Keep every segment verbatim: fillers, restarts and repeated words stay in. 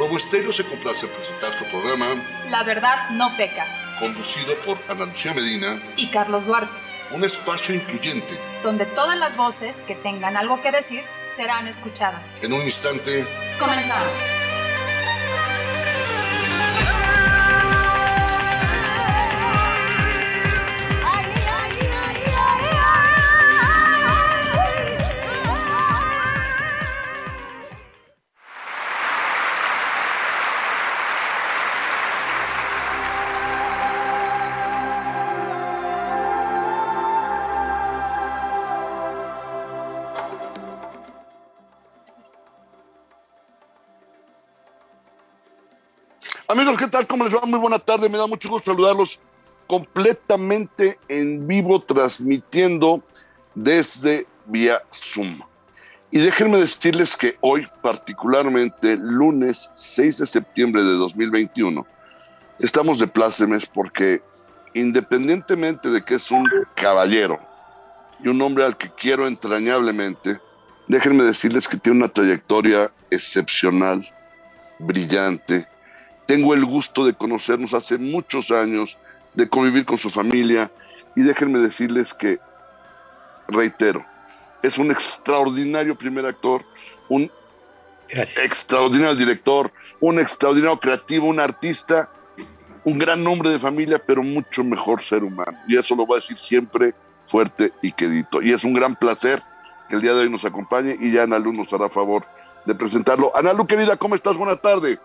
Robo Estéreo se complace en presentar su programa La Verdad No Peca, conducido por Ana Lucía Medina y Carlos Duarte. Un espacio incluyente donde todas las voces que tengan algo que decir serán escuchadas. En un instante comenzamos. Amigos, ¿qué tal? ¿Cómo les va? Muy buena tarde, me da mucho gusto saludarlos completamente en vivo, transmitiendo desde vía Zoom. Y déjenme decirles que hoy, particularmente lunes seis de septiembre de dos mil veintiuno, estamos de plácemes porque independientemente de que es un caballero y un hombre al que quiero entrañablemente, déjenme decirles que tiene una trayectoria excepcional, brillante. Tengo el gusto de conocernos hace muchos años, de convivir con su familia, y déjenme decirles que, reitero, es un extraordinario primer actor, un Gracias. extraordinario director, un extraordinario creativo, un artista, un gran hombre de familia, pero mucho mejor ser humano. Y eso lo voy a decir siempre fuerte y quedito. Y es un gran placer que el día de hoy nos acompañe, y ya Ana Lu nos hará favor de presentarlo. Ana Lu, querida, ¿cómo estás? Buena tarde.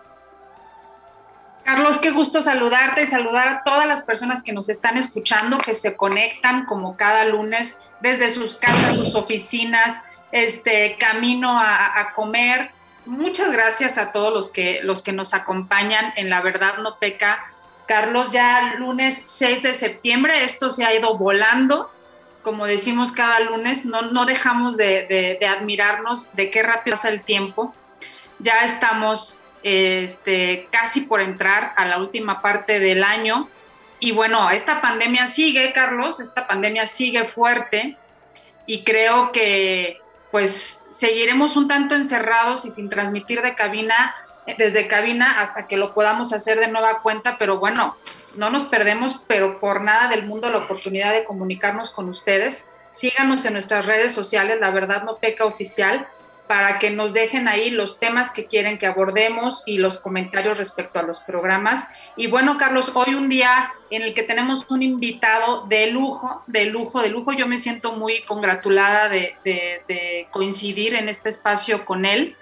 Carlos, qué gusto saludarte y saludar a todas las personas que nos están escuchando, que se conectan como cada lunes desde sus casas, sus oficinas, este camino a, a comer. Muchas gracias a todos los que, los que nos acompañan en La Verdad No Peca. Carlos, ya lunes seis de septiembre, esto se ha ido volando, como decimos cada lunes, no, no dejamos de, de, de admirarnos de qué rápido pasa el tiempo. Ya estamos Este, casi por entrar a la última parte del año, y bueno, esta pandemia sigue, Carlos, esta pandemia sigue fuerte, y creo que pues seguiremos un tanto encerrados y sin transmitir de cabina, desde cabina hasta que lo podamos hacer de nueva cuenta, pero bueno, no nos perdemos, pero por nada del mundo, la oportunidad de comunicarnos con ustedes. Síganos en nuestras redes sociales, La Verdad No Peca Oficial, para que nos dejen ahí los temas que quieren que abordemos y los comentarios respecto a los programas. Y bueno, Carlos, hoy un día en el que tenemos un invitado de lujo, de lujo, de lujo. Yo me siento muy congratulada de, de, de coincidir en este espacio con él,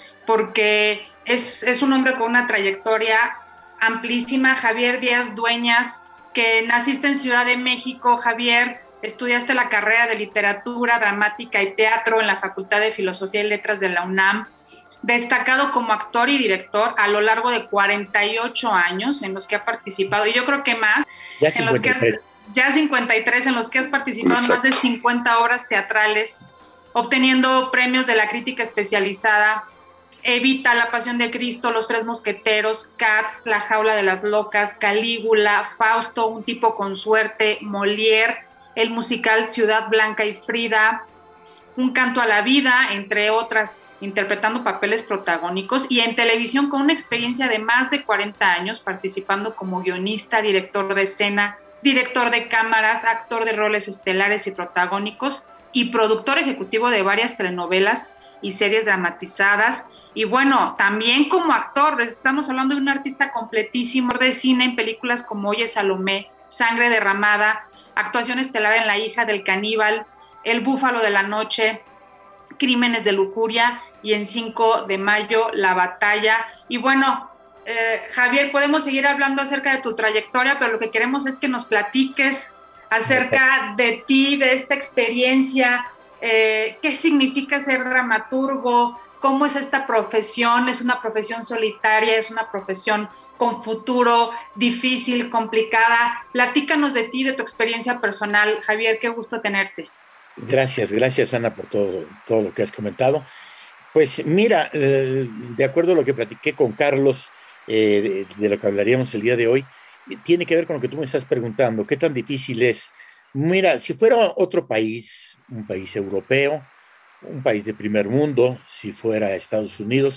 porque es, es un hombre con una trayectoria amplísima. Javier Díaz Dueñas, que naciste en Ciudad de México. Javier, estudiaste la carrera de Literatura, Dramática y Teatro en la Facultad de Filosofía y Letras de la UNAM, destacado como actor y director a lo largo de cuarenta y ocho años en los que ha participado, y yo creo que más, ya en los que has, ya cincuenta y tres, en los que has participado en más de cincuenta obras teatrales, obteniendo premios de la crítica especializada: Evita, La Pasión de Cristo, Los Tres Mosqueteros, Cats, La Jaula de las Locas, Calígula, Fausto, Un Tipo con Suerte, Molière, el musical Ciudad Blanca y Frida, Un Canto a la Vida, entre otras, interpretando papeles protagónicos, y en televisión con una experiencia de más de cuarenta años, participando como guionista, director de escena, director de cámaras, actor de roles estelares y protagónicos, y productor ejecutivo de varias telenovelas y series dramatizadas. Y bueno, también como actor, estamos hablando de un artista completísimo de cine en películas como Oye Salomé, Sangre Derramada, actuación estelar en La Hija del Caníbal, El Búfalo de la Noche, Crímenes de Lujuria, y en cinco de mayo, La Batalla. Y bueno, eh, Javier, podemos seguir hablando acerca de tu trayectoria, pero lo que queremos es que nos platiques acerca de ti, de esta experiencia, eh, qué significa ser dramaturgo, cómo es esta profesión. Es una profesión solitaria, es una profesión con futuro, difícil, complicada. Platícanos de ti, de tu experiencia personal. Javier, qué gusto tenerte. Gracias, gracias Ana por todo, todo lo que has comentado. Pues mira, eh, de acuerdo a lo que platiqué con Carlos, eh, de, de lo que hablaríamos el día de hoy, tiene que ver con lo que tú me estás preguntando, ¿qué tan difícil es? Mira, si fuera otro país, un país europeo, un país de primer mundo, si fuera Estados Unidos,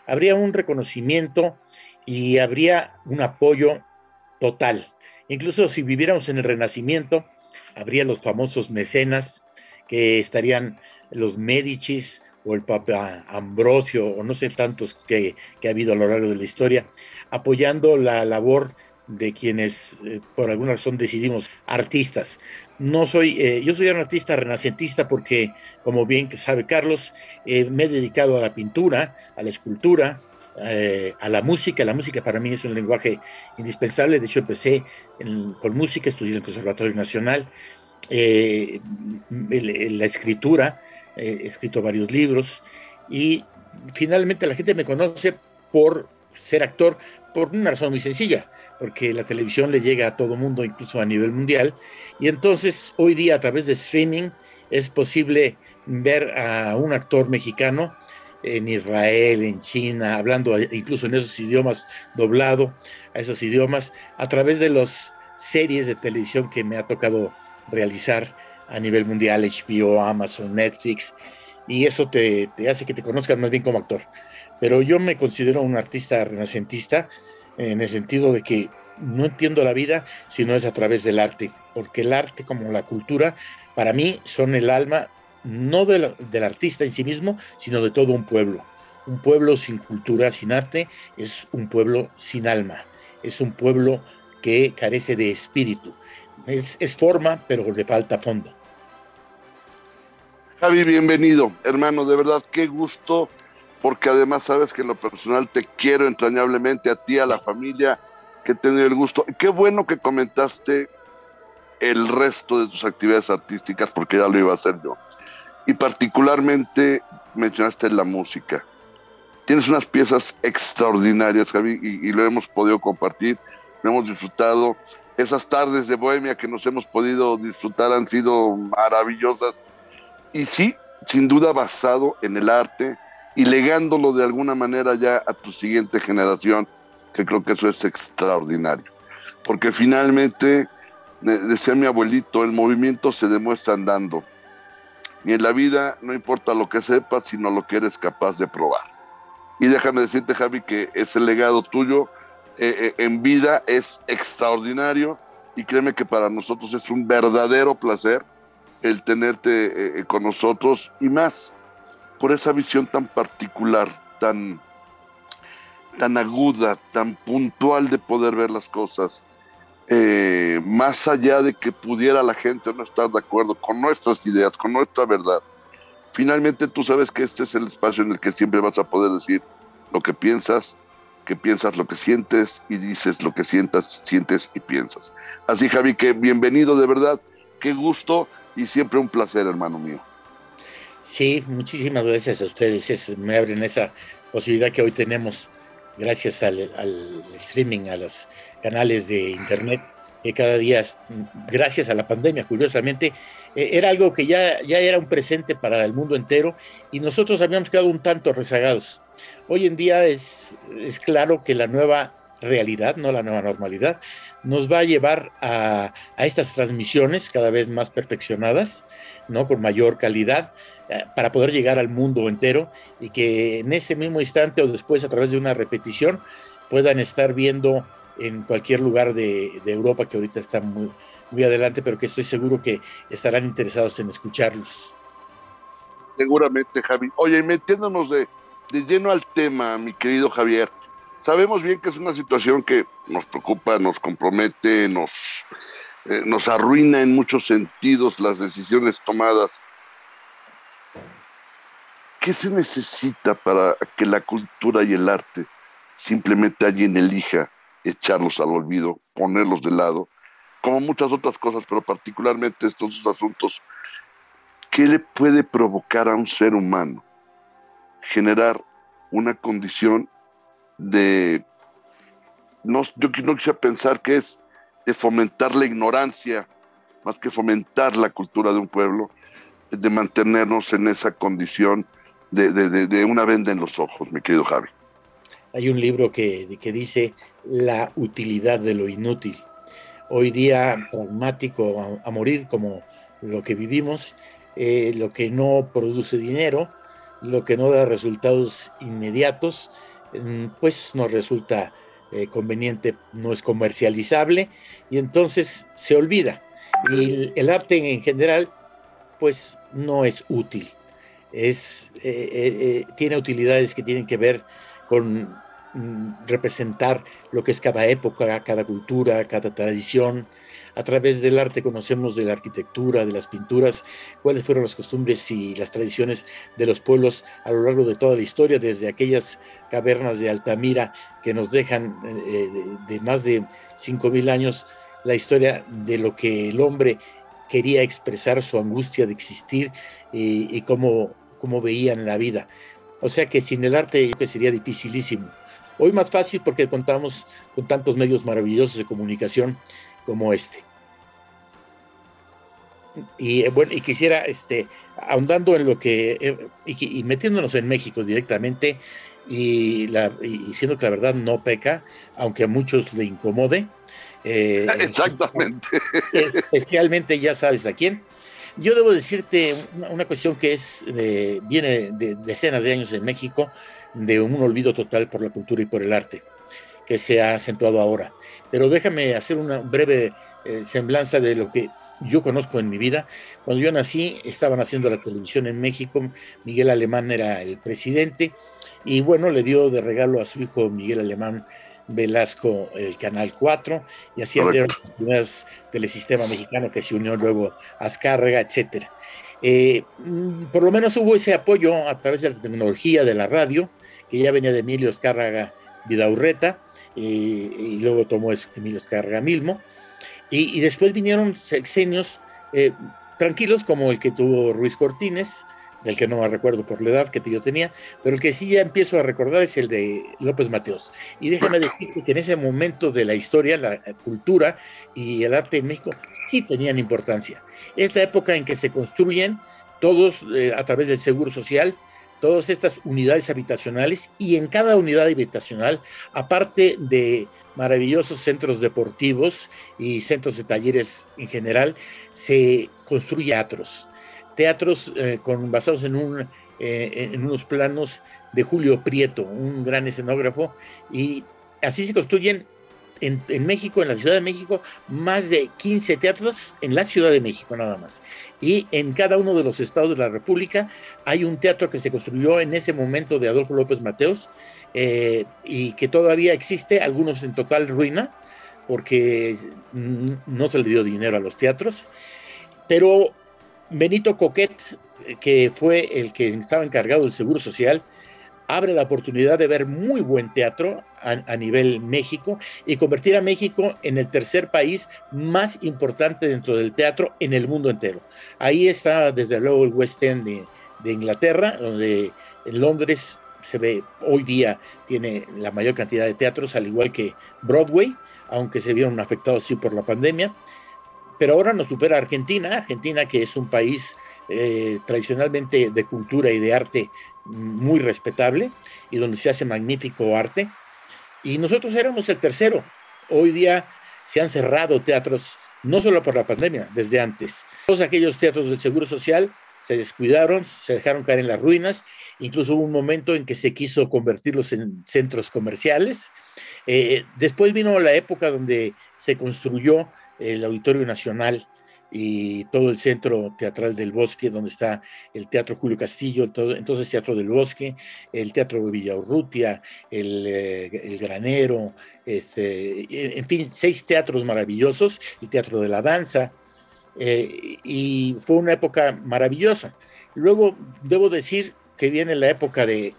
habría un reconocimiento y habría un apoyo total. Incluso si viviéramos en el Renacimiento, habría los famosos mecenas, que estarían los Médicis o el Papa Ambrosio, o no sé tantos que, que ha habido a lo largo de la historia, apoyando la labor de quienes eh, por alguna razón decidimos artistas. No soy, eh, yo soy un artista renacentista porque, como bien sabe Carlos, eh, me he dedicado a la pintura, a la escultura, eh, a la música. La música para mí es un lenguaje indispensable. De hecho, empecé en, con música, estudié en el Conservatorio Nacional, eh, la escritura, eh, he escrito varios libros y finalmente la gente me conoce por ser actor por una razón muy sencilla, porque la televisión le llega a todo mundo, incluso a nivel mundial, y entonces hoy día a través de streaming es posible ver a un actor mexicano en Israel, en China, hablando incluso en esos idiomas, doblado a esos idiomas, a través de las series de televisión que me ha tocado realizar a nivel mundial, H B O, Amazon, Netflix, y eso te, te hace que te conozcan más bien como actor. Pero yo me considero un artista renacentista en el sentido de que no entiendo la vida si no es a través del arte, porque el arte como la cultura para mí son el alma no de la, del artista en sí mismo, sino de todo un pueblo. Un pueblo sin cultura, sin arte, es un pueblo sin alma, es un pueblo que carece de espíritu. Es, es forma, pero le falta fondo. Javi, bienvenido, hermano, de verdad, qué gusto, porque además sabes que en lo personal te quiero entrañablemente, a ti, a la familia, que he tenido el gusto. Qué bueno que comentaste el resto de tus actividades artísticas, porque ya lo iba a hacer yo. Y particularmente mencionaste la música. Tienes unas piezas extraordinarias, Javi, y, y lo hemos podido compartir, lo hemos disfrutado. Esas tardes de bohemia que nos hemos podido disfrutar han sido maravillosas. Y sí, sin duda basado en el arte y legándolo de alguna manera ya a tu siguiente generación, que creo que eso es extraordinario. Porque finalmente, decía mi abuelito, el movimiento se demuestra andando. Y en la vida no importa lo que sepas, sino lo que eres capaz de probar. Y déjame decirte, Javi, que ese legado tuyo eh, eh, en vida es extraordinario, y créeme que para nosotros es un verdadero placer el tenerte eh, con nosotros, y más por esa visión tan particular, tan, tan aguda, tan puntual de poder ver las cosas, eh, más allá de que pudiera la gente no estar de acuerdo con nuestras ideas, con nuestra verdad. Finalmente tú sabes que este es el espacio en el que siempre vas a poder decir lo que piensas, que piensas lo que sientes y dices lo que sientas, sientes y piensas. Así, Javi, que bienvenido, de verdad, qué gusto y siempre un placer, hermano mío. Sí, muchísimas gracias a ustedes. Es, me abren esa posibilidad que hoy tenemos gracias al, al streaming, a los canales de internet, que cada día, gracias a la pandemia, curiosamente, eh, era algo que ya, ya era un presente para el mundo entero y nosotros habíamos quedado un tanto rezagados. Hoy en día es, es claro que la nueva realidad, no la nueva normalidad, nos va a llevar a, a estas transmisiones cada vez más perfeccionadas, ¿no? Con mayor calidad, eh, para poder llegar al mundo entero y que en ese mismo instante o después a través de una repetición puedan estar viendo en cualquier lugar de, de Europa, que ahorita está muy, muy adelante, pero que estoy seguro que estarán interesados en escucharlos. Seguramente, Javi. Oye, metiéndonos de, de lleno al tema, mi querido Javier, sabemos bien que es una situación que nos preocupa, nos compromete, nos, eh, nos arruina en muchos sentidos las decisiones tomadas. ¿Qué se necesita para que la cultura y el arte simplemente alguien elija echarlos al olvido, ponerlos de lado, como muchas otras cosas, pero particularmente estos dos asuntos? ¿Qué le puede provocar a un ser humano generar una condición de, no, yo no quisiera pensar que es de fomentar la ignorancia, más que fomentar la cultura de un pueblo, de mantenernos en esa condición de, de, de, de una venda en los ojos, mi querido Javi? Hay un libro que, que dice la utilidad de lo inútil. Hoy día, pragmático a, a morir, como lo que vivimos, eh, lo que no produce dinero, lo que no da resultados inmediatos, pues nos resulta eh, conveniente, no es comercializable y entonces se olvida. Y el arte en general, pues no es útil. Es, eh, eh, tiene utilidades que tienen que ver con mm, representar lo que es cada época, cada cultura, cada tradición. A través del arte conocemos de la arquitectura, de las pinturas, cuáles fueron las costumbres y las tradiciones de los pueblos a lo largo de toda la historia, desde aquellas cavernas de Altamira que nos dejan eh, de, de más de cinco mil años la historia de lo que el hombre quería expresar, su angustia de existir y, y cómo, cómo veían la vida. O sea que sin el arte que sería dificilísimo. Hoy más fácil porque contamos con tantos medios maravillosos de comunicación como este. Y bueno, y quisiera, este, ahondando en lo que, eh, y, y metiéndonos en México directamente, y, la, y siendo que la verdad no peca, aunque a muchos le incomode. Eh, Exactamente. Especialmente ya sabes a quién. Yo debo decirte una, una cuestión que es de, viene de decenas de años en México, de un olvido total por la cultura y por el arte, que se ha acentuado ahora. Pero déjame hacer una breve eh, semblanza de lo que yo conozco en mi vida. Cuando yo nací, estaban haciendo la televisión en México, Miguel Alemán era el presidente, y bueno, le dio de regalo a su hijo Miguel Alemán Velasco el Canal cuatro, y así abrieron las primeras Telesistema Mexicano, que se unió luego a Azcárraga, etcétera. Eh, por lo menos hubo ese apoyo a través de la tecnología de la radio, que ya venía de Emilio Azcárraga Vidaurreta, eh, y luego tomó Emilio Azcárraga Milmo, y, y después vinieron sexenios eh, tranquilos, como el que tuvo Ruiz Cortines, del que no me recuerdo por la edad que yo tenía, pero el que sí ya empiezo a recordar es el de López Mateos. Y déjame decirte que en ese momento de la historia, la cultura y el arte en México sí tenían importancia. Es la época en que se construyen todos, eh, a través del Seguro Social, todas estas unidades habitacionales, y en cada unidad habitacional, aparte de maravillosos centros deportivos y centros de talleres en general, se construyen teatros. Teatros eh, con, basados en, un, eh, en unos planos de Julio Prieto, un gran escenógrafo, y así se construyen en, en México, en la Ciudad de México, más de quince teatros en la Ciudad de México nada más. Y en cada uno de los estados de la República hay un teatro que se construyó en ese momento de Adolfo López Mateos, eh, y que todavía existe, algunos en total ruina, porque no se le dio dinero a los teatros, pero Benito Coquet, que fue el que estaba encargado del Seguro Social, abre la oportunidad de ver muy buen teatro a, a nivel México y convertir a México en el tercer país más importante dentro del teatro en el mundo entero. Ahí está desde luego el West End de, de Inglaterra, donde en Londres se ve, hoy día tiene la mayor cantidad de teatros, al igual que Broadway, aunque se vieron afectados sí por la pandemia. Pero ahora nos supera Argentina, Argentina que es un país eh, tradicionalmente de cultura y de arte muy respetable y donde se hace magnífico arte, y nosotros éramos el tercero. Hoy día se han cerrado teatros, no solo por la pandemia, desde antes. Todos aquellos teatros del Seguro Social se descuidaron, se dejaron caer en las ruinas, incluso hubo un momento en que se quiso convertirlos en centros comerciales. Eh, después vino la época donde se construyó el Auditorio Nacional y todo el Centro Teatral del Bosque, donde está el Teatro Julio Castillo, todo, entonces Teatro del Bosque, el Teatro de Villaurrutia, el, eh, el Granero, este, en fin, seis teatros maravillosos, el Teatro de la Danza, eh, y fue una época maravillosa. Luego, debo decir que viene la época de,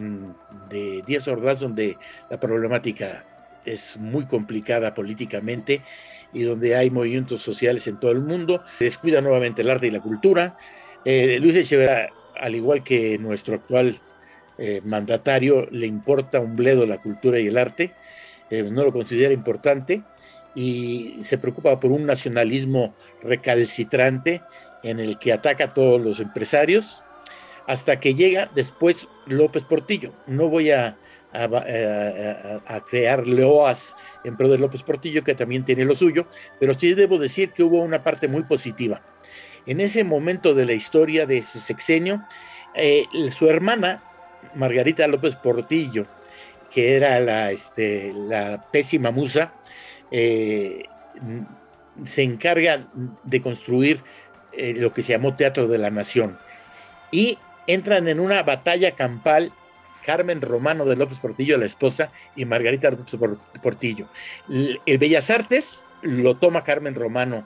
de Díaz Ordaz, donde la problemática es muy complicada políticamente, y donde hay movimientos sociales en todo el mundo. Se descuida nuevamente el arte y la cultura. Eh, Luis Echeverría, al igual que nuestro actual eh, mandatario, le importa un bledo la cultura y el arte, eh, no lo considera importante, y se preocupa por un nacionalismo recalcitrante en el que ataca a todos los empresarios, hasta que llega después López Portillo. No voy a A, a, a crear loas en pro de López Portillo, que también tiene lo suyo, pero sí debo decir que hubo una parte muy positiva. En ese momento de la historia de ese sexenio, eh, su hermana, Margarita López Portillo, que era la, este, la pésima musa, eh, se encarga de construir eh, lo que se llamó Teatro de la Nación. Y entran en una batalla campal Carmen Romano de López Portillo, la esposa, y Margarita López Portillo. El Bellas Artes lo toma Carmen Romano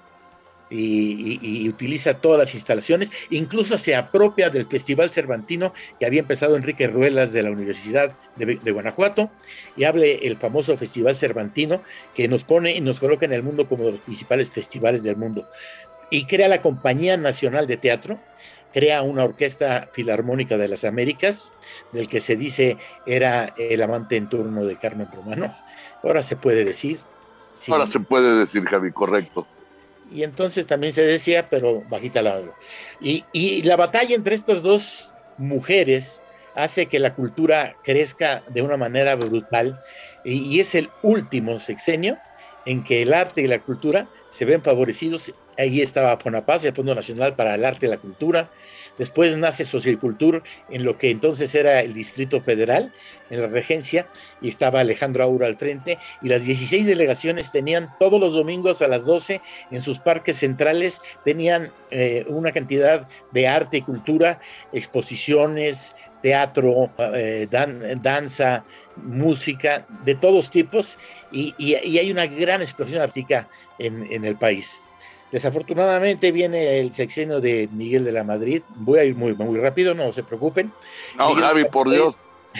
y, y, y utiliza todas las instalaciones, incluso se apropia del Festival Cervantino que había empezado Enrique Ruelas de la Universidad de, de Guanajuato, y hable el famoso Festival Cervantino que nos pone y nos coloca en el mundo como de los principales festivales del mundo, y crea la Compañía Nacional de Teatro, crea una orquesta filarmónica de las Américas, del que se dice era el amante en turno de Carmen Romano. Ahora se puede decir. Sí. Ahora se puede decir, Javi, correcto. Y entonces también se decía, pero bajita la mano. Y, y la batalla entre estas dos mujeres hace que la cultura crezca de una manera brutal, y, y es el último sexenio en que el arte y la cultura se ven favorecidos. Ahí estaba FONAPAS, el Fondo Nacional para el Arte y la Cultura. Después nace Sociocultur en lo que entonces era el Distrito Federal, en la regencia, y estaba Alejandro Aura al frente, y las dieciséis delegaciones tenían todos los domingos a las doce en sus parques centrales, tenían eh, una cantidad de arte y cultura, exposiciones, teatro, eh, dan, danza, música, de todos tipos, y, y, y hay una gran explosión artística en, en el país. Desafortunadamente viene el sexenio de Miguel de la Madrid. Voy a ir muy, muy rápido, no se preocupen. No, Miguel, Javi, por Dios.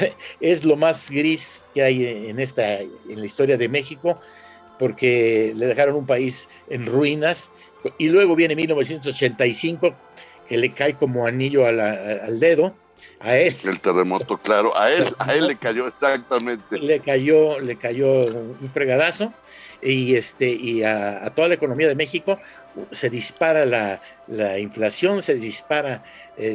Es lo más gris que hay en, esta, en la historia de México, porque le dejaron un país en ruinas. Y luego viene mil novecientos ochenta y cinco, que le cae como anillo a la, al dedo. A él. El terremoto, claro. A él, a él le cayó, exactamente. Le cayó, le cayó un fregadazo. Y, este, y a, a toda la economía de México se dispara la, la inflación, se dispara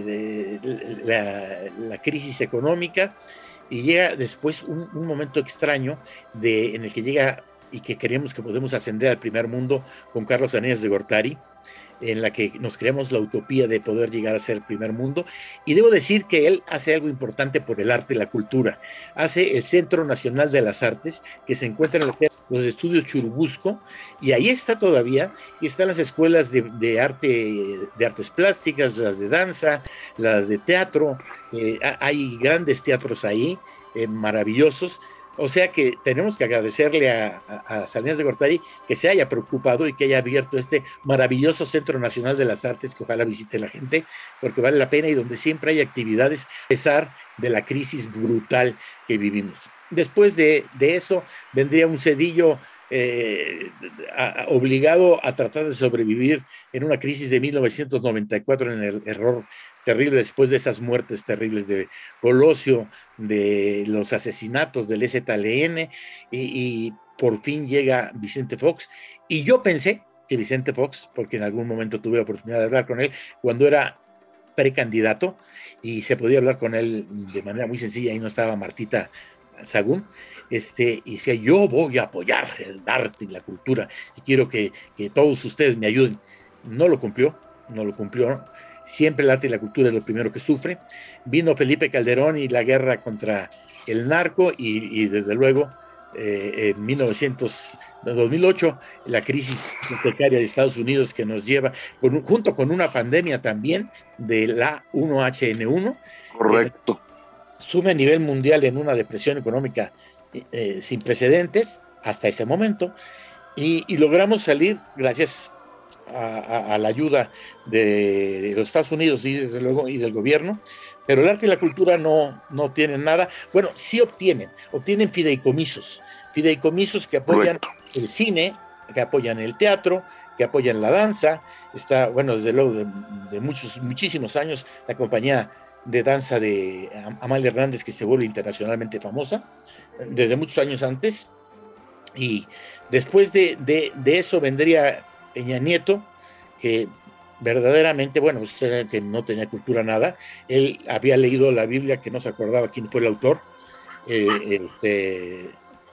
eh, la, la crisis económica, y llega después un, un momento extraño de, en el que llega y que creemos que podemos ascender al primer mundo con Carlos Salinas de Gortari, en la que nos creamos la utopía de poder llegar a ser el primer mundo. Y debo decir que él hace algo importante por el arte y la cultura. Hace el Centro Nacional de las Artes, que se encuentra en los estudios Churubusco, y ahí está todavía, y están las escuelas de, de arte, de artes plásticas, las de danza, las de teatro. Eh, hay grandes teatros ahí, eh, maravillosos. O sea que tenemos que agradecerle a, a, a Salinas de Gortari que se haya preocupado y que haya abierto este maravilloso Centro Nacional de las Artes, que ojalá visite la gente, porque vale la pena, y donde siempre hay actividades, a pesar de la crisis brutal que vivimos. Después de, de eso vendría un Cedillo eh, a, a, obligado a tratar de sobrevivir en una crisis de mil novecientos noventa y cuatro, en el error terrible, después de esas muertes terribles de Colosio, de los asesinatos del Z L N, y, y por fin llega Vicente Fox. Y yo pensé que Vicente Fox, porque en algún momento tuve la oportunidad de hablar con él cuando era precandidato, y se podía hablar con él de manera muy sencilla, y no estaba Martita Sagún, este, y decía: yo voy a apoyar el arte y la cultura, y quiero que, que todos ustedes me ayuden. No lo cumplió, no lo cumplió, ¿no? Siempre el arte y la cultura es lo primero que sufre. Vino Felipe Calderón y la guerra contra el narco, y, y desde luego eh, en mil novecientos, dos mil ocho la crisis hipotecaria de Estados Unidos, que nos lleva, con, junto con una pandemia también de la uno H N uno. Correcto. Sume a nivel mundial en una depresión económica eh, sin precedentes hasta ese momento, y, y logramos salir gracias A, a, a la ayuda de, de los Estados Unidos y desde luego y del gobierno. Pero el arte y la cultura no, no obtienen nada. Bueno, sí obtienen, obtienen fideicomisos, fideicomisos que apoyan Correcto. El cine, que apoyan el teatro, que apoyan la danza. Está, bueno, desde luego de, de muchos, muchísimos años, la compañía de danza de Amalia Hernández, que se vuelve internacionalmente famosa, desde muchos años antes. Y después de, de, de eso vendría Peña Nieto, que verdaderamente, bueno, usted que no tenía cultura nada, él había leído la Biblia, que no se acordaba quién fue el autor, eh, este,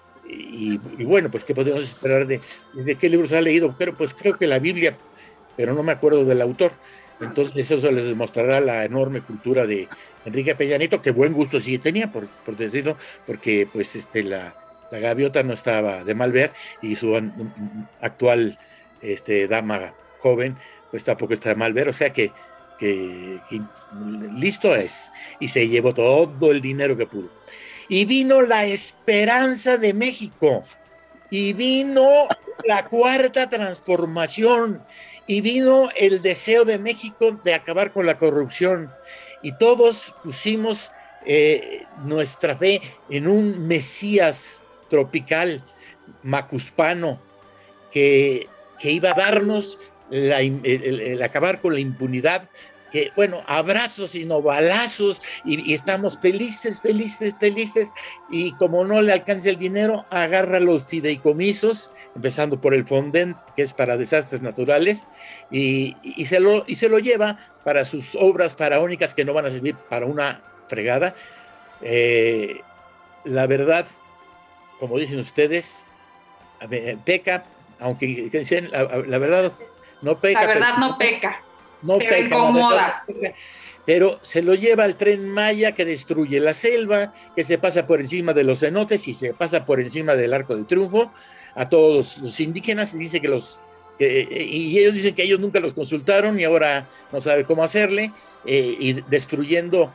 y, y bueno, pues qué podemos esperar de, de qué libros ha leído. Pero pues creo que la Biblia, pero no me acuerdo del autor. Entonces eso les demostrará la enorme cultura de Enrique Peña Nieto, que buen gusto sí tenía, por, por decirlo, porque pues este, la, la gaviota no estaba de mal ver y su actual este, dama joven pues tampoco está de mal ver, o sea que, que, que listo es, y se llevó todo el dinero que pudo. Y vino la esperanza de México, y vino la cuarta transformación, y vino el deseo de México de acabar con la corrupción, y todos pusimos eh, nuestra fe en un Mesías tropical, macuspano, que, que iba a darnos la, el, el, el acabar con la impunidad, que bueno, abrazos y no balazos, y, y estamos felices, felices, felices, y como no le alcanza el dinero, agarra los fideicomisos, empezando por el Fonden, que es para desastres naturales, y, y, se lo, y se lo lleva para sus obras faraónicas que no van a servir para una fregada. Eh, la verdad, como dicen ustedes, peca, aunque dicen, la, la verdad no peca. La verdad pero, no peca. No pero peca, incomoda. No peca, pero se lo lleva el Tren Maya, que destruye la selva, que se pasa por encima de los cenotes y se pasa por encima del Arco del Triunfo a todos los indígenas, y dice que los que, y ellos dicen que ellos nunca los consultaron y ahora no sabe cómo hacerle, eh, y destruyendo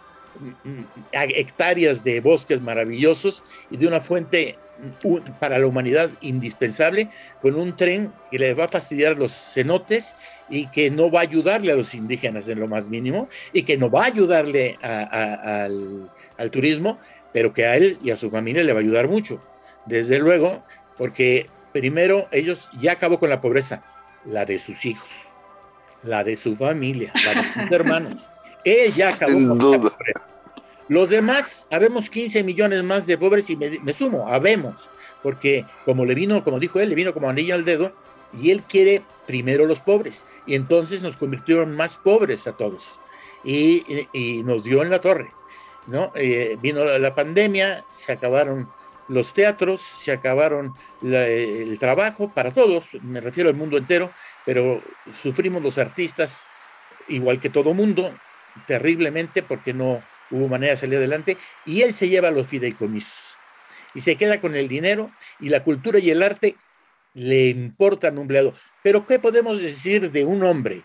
hectáreas de bosques maravillosos y de una fuente para la humanidad indispensable, con un tren que le va a fastidiar los cenotes y que no va a ayudarle a los indígenas en lo más mínimo, y que no va a ayudarle a, a, al, al turismo, pero que a él y a su familia le va a ayudar mucho, desde luego, porque primero ellos ya acabó con la pobreza, la de sus hijos, la de su familia, la de sus hermanos. Él ya acabó con la pobreza. Los demás, habemos quince millones más de pobres, y me, me sumo, habemos, porque como le vino, como dijo él, le vino como anillo al dedo, y él quiere primero los pobres, y entonces nos convirtieron más pobres a todos, y, y, y nos dio en la torre, ¿no? Eh, vino la, la pandemia, se acabaron los teatros, se acabaron la, el trabajo para todos, me refiero al mundo entero, pero sufrimos los artistas, igual que todo mundo, terriblemente, porque no hubo manera de salir adelante, y él se lleva los fideicomisos, y se queda con el dinero, y la cultura y el arte le importan un bledo. Pero ¿qué podemos decir de un hombre,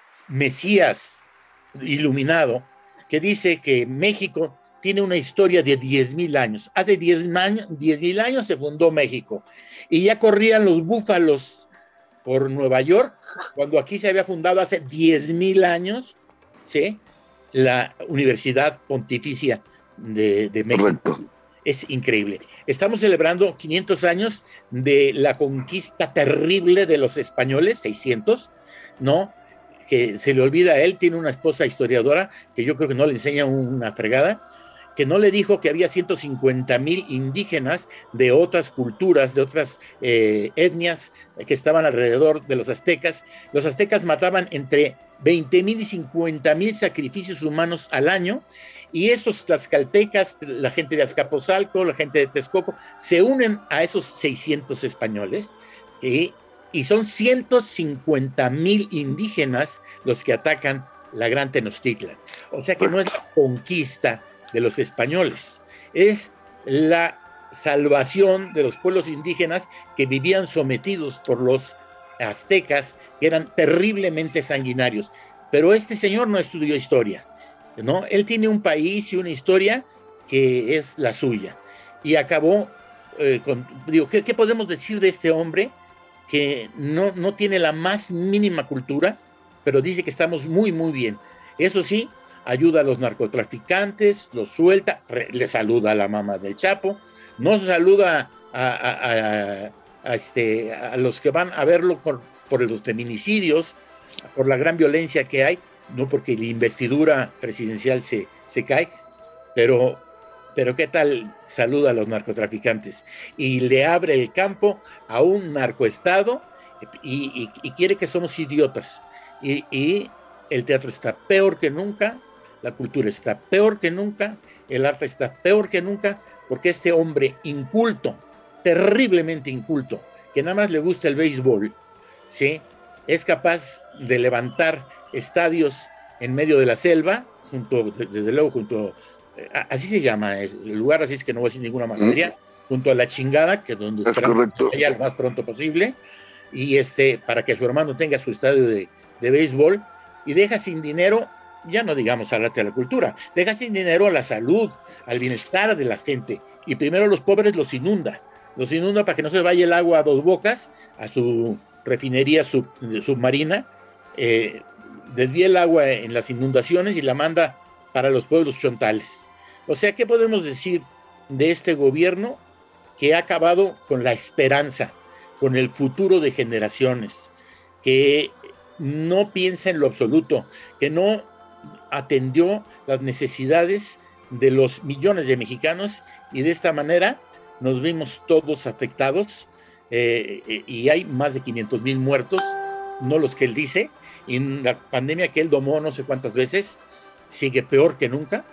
Mesías iluminado, que dice que México tiene una historia de diez mil años? Hace diez mil años se fundó México, y ya corrían los búfalos por Nueva York, cuando aquí se había fundado hace diez mil años, ¿sí?, la Universidad Pontificia de, de México. Correcto. Es increíble. Estamos celebrando quinientos años de la conquista terrible de los españoles, seiscientos, ¿no? Que se le olvida a él, tiene una esposa historiadora que yo creo que no le enseña una fregada, que no le dijo que había ciento cincuenta mil indígenas de otras culturas, de otras eh, etnias que estaban alrededor de los aztecas. Los aztecas mataban entre veinte mil y cincuenta mil sacrificios humanos al año, y esos tlaxcaltecas, la gente de Azcapotzalco, la gente de Texcoco, se unen a esos seiscientos españoles, y, y son ciento cincuenta mil indígenas los que atacan la Gran Tenochtitlan. O sea que no es la conquista de los españoles, es la salvación de los pueblos indígenas que vivían sometidos por los aztecas, que eran terriblemente sanguinarios. Pero este señor no estudió historia, ¿no? Él tiene un país y una historia que es la suya, y acabó eh, con, digo, ¿qué, ¿qué podemos decir de este hombre que no, no tiene la más mínima cultura, pero dice que estamos muy, muy bien? Eso sí, ayuda a los narcotraficantes, los suelta, le saluda a la mamá del Chapo, no saluda a, a, a, a, este, a los que van a verlo por, por los feminicidios, por la gran violencia que hay, no porque la investidura presidencial se, se cae, pero, pero ¿qué tal saluda a los narcotraficantes? Y le abre el campo a un narcoestado, y, y, y quiere que somos idiotas, y, y el teatro está peor que nunca, la cultura está peor que nunca, el arte está peor que nunca, porque este hombre inculto, terriblemente inculto, que nada más le gusta el béisbol, ¿sí?, es capaz de levantar estadios en medio de la selva, junto, desde luego, junto, eh, así se llama el lugar, así es que no voy a decir ninguna majadería, mm. junto a La Chingada, que es donde esperamos que vaya lo más pronto posible, y este, para que su hermano tenga su estadio de, de béisbol, y deja sin dinero, ya no digamos al arte y a la cultura, deja sin dinero a la salud, al bienestar de la gente, y primero los pobres los inunda, los inunda para que no se vaya el agua a Dos Bocas, a su refinería sub, submarina, eh, desvía el agua en las inundaciones y la manda para los pueblos chontales. O sea, ¿qué podemos decir de este gobierno que ha acabado con la esperanza, con el futuro de generaciones, que no piensa en lo absoluto, que no atendió las necesidades de los millones de mexicanos y de esta manera nos vimos todos afectados eh, y hay más de quinientos mil muertos, no los que él dice, y la pandemia que él domó no sé cuántas veces sigue peor que nunca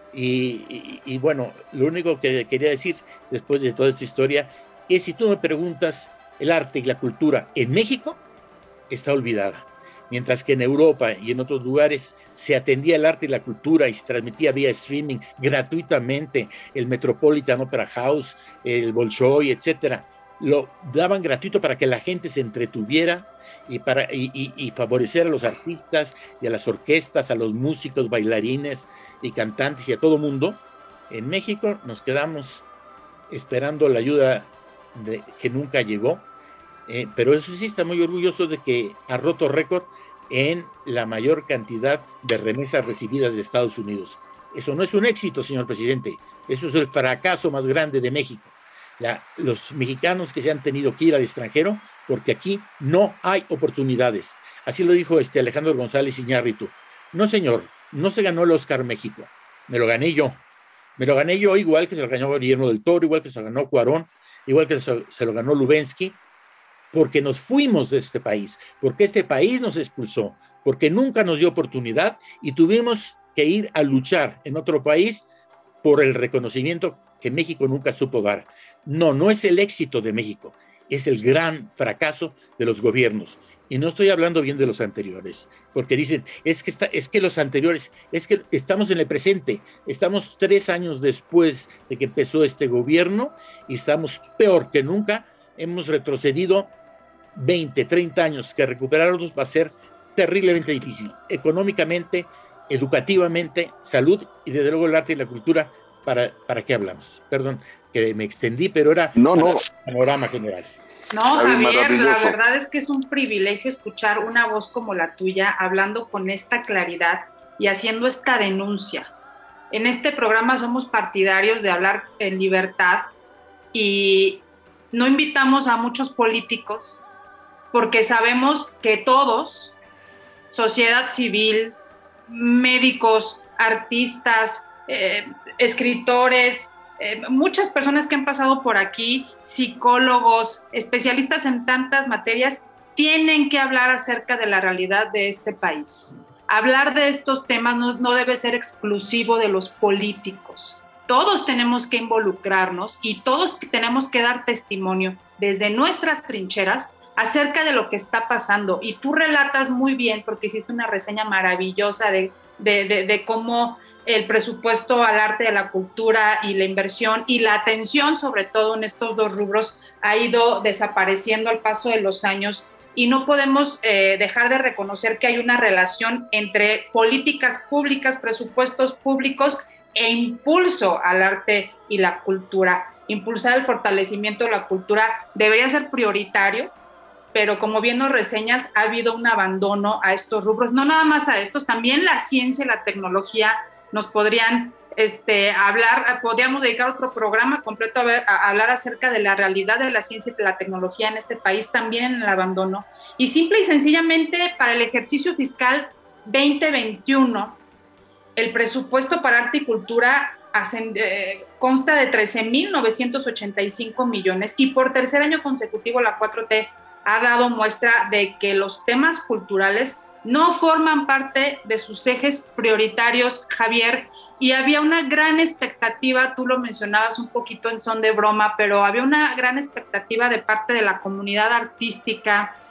y, y, y bueno, lo único que quería decir después de toda esta historia es si tú me preguntas, el arte y la cultura en México está olvidada, mientras que en Europa y en otros lugares se atendía el arte y la cultura y se transmitía vía streaming gratuitamente, el Metropolitan Opera House, el Bolshoi, etcétera, lo daban gratuito para que la gente se entretuviera y, para, y, y, y favorecer a los artistas y a las orquestas, a los músicos, bailarines y cantantes y a todo mundo. En México nos quedamos esperando la ayuda de, que nunca llegó, eh, pero eso sí está muy orgulloso de que ha roto récord en la mayor cantidad de remesas recibidas de Estados Unidos. Eso no es un éxito, señor presidente, eso es el fracaso más grande de México. La, los mexicanos que se han tenido que ir al extranjero porque aquí no hay oportunidades. Así lo dijo este Alejandro González Iñárritu. No, señor, no se ganó el Oscar México, me lo gané yo. Me lo gané yo igual que se lo ganó Guillermo del Toro, igual que se lo ganó Cuarón, igual que se, se lo ganó Lubensky, porque nos fuimos de este país, porque este país nos expulsó, porque nunca nos dio oportunidad y tuvimos que ir a luchar en otro país por el reconocimiento que México nunca supo dar. No, no es el éxito de México, es el gran fracaso de los gobiernos. Y no estoy hablando bien de los anteriores, porque dicen, es que, está, es que los anteriores, es que estamos en el presente, estamos tres años después de que empezó este gobierno y estamos peor que nunca, hemos retrocedido veinte, treinta años, que recuperarlos va a ser terriblemente difícil, económicamente, educativamente, salud y desde luego el arte y la cultura, ¿para, para qué hablamos? Perdón que me extendí, pero era no, no. panorama general. No, Javier, la verdad es que es un privilegio escuchar una voz como la tuya, hablando con esta claridad y haciendo esta denuncia. En este programa somos partidarios de hablar en libertad y no invitamos a muchos políticos porque sabemos que todos, sociedad civil, médicos, artistas, eh, escritores, eh, muchas personas que han pasado por aquí, psicólogos, especialistas en tantas materias, tienen que hablar acerca de la realidad de este país. Hablar de estos temas no, no debe ser exclusivo de los políticos. Todos tenemos que involucrarnos y todos tenemos que dar testimonio desde nuestras trincheras acerca de lo que está pasando. Y tú relatas muy bien, porque hiciste una reseña maravillosa de, de, de, de cómo el presupuesto al arte, a la cultura y la inversión y la atención, sobre todo en estos dos rubros, ha ido desapareciendo al paso de los años. Y no podemos eh, dejar de reconocer que hay una relación entre políticas públicas, presupuestos públicos e impulso al arte y la cultura. Impulsar el fortalecimiento de la cultura debería ser prioritario, pero como bien nos reseñas, ha habido un abandono a estos rubros, no nada más a estos, también la ciencia y la tecnología nos podrían este, hablar, podríamos dedicar otro programa completo a, ver, a hablar acerca de la realidad de la ciencia y de la tecnología en este país, también en el abandono. Y simple y sencillamente, para el ejercicio fiscal veinte veintiuno, el presupuesto para arte y cultura hacen, eh, consta de trece mil novecientos ochenta y cinco millones y por tercer año consecutivo la cuatro T ha dado muestra de que los temas culturales no forman parte de sus ejes prioritarios, Javier, y había una gran expectativa, tú lo mencionabas un poquito en son de broma, pero había una gran expectativa de parte de la comunidad artística,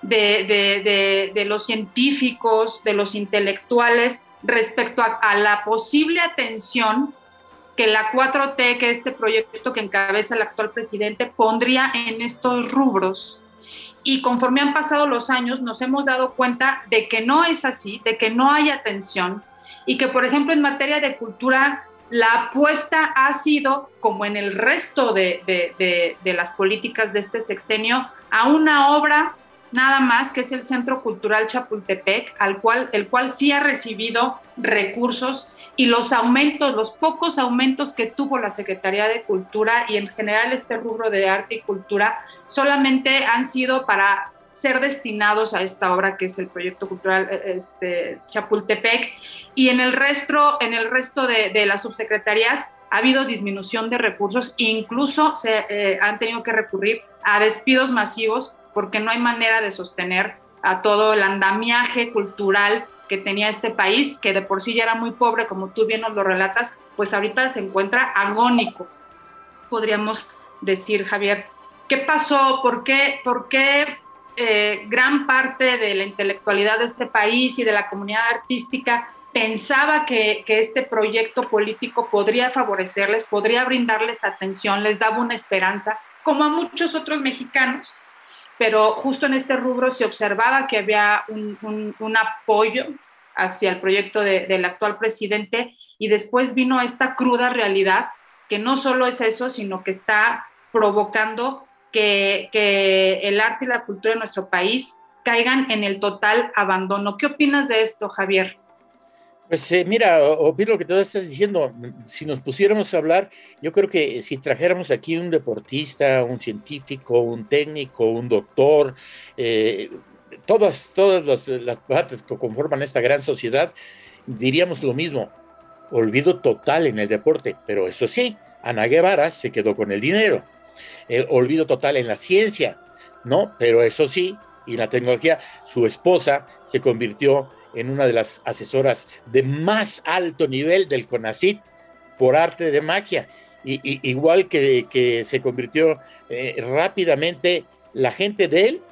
de, de, de, de los científicos, de los intelectuales, respecto a, a la posible atención que la cuatro T, que este proyecto que encabeza el actual presidente, pondría en estos rubros. Y conforme han pasado los años, nos hemos dado cuenta de que no es así, de que no hay atención, y que, por ejemplo, en materia de cultura, la apuesta ha sido, como en el resto de, de, de, de las políticas de este sexenio, a una obra nada más, que es el Centro Cultural Chapultepec, al cual, el cual sí ha recibido recursos, y los aumentos, los pocos aumentos que tuvo la Secretaría de Cultura y en general este rubro de arte y cultura solamente han sido para ser destinados a esta obra que es el proyecto cultural este, Chapultepec, y en el resto, en el resto de, de las subsecretarías ha habido disminución de recursos, incluso se eh, han tenido que recurrir a despidos masivos porque no hay manera de sostener a todo el andamiaje cultural que tenía este país, que de por sí ya era muy pobre, como tú bien nos lo relatas, pues ahorita se encuentra agónico, podríamos decir, Javier. ¿Qué pasó? ¿Por qué, por qué eh, gran parte de la intelectualidad de este país y de la comunidad artística pensaba que, que este proyecto político podría favorecerles, podría brindarles atención, les daba una esperanza, como a muchos otros mexicanos? Pero justo en este rubro se observaba que había un, un, un apoyo hacia el proyecto de, del actual presidente, y después vino esta cruda realidad, que no solo es eso, sino que está provocando que, que el arte y la cultura de nuestro país caigan en el total abandono. ¿Qué opinas de esto, Javier? Pues eh, mira, opino lo que tú estás diciendo. Si nos pusiéramos a hablar, yo creo que si trajéramos aquí un deportista, un científico, un técnico, un doctor, eh, todas, todas las, las partes que conforman esta gran sociedad, diríamos lo mismo: olvido total en el deporte. Pero eso sí, Ana Guevara se quedó con el dinero. Eh, olvido total en la ciencia, ¿no? Pero eso sí, y en la tecnología, su esposa se convirtió en una de las asesoras de más alto nivel del CONACYT por arte de magia, y, y, igual que, que se convirtió eh, rápidamente la gente de él,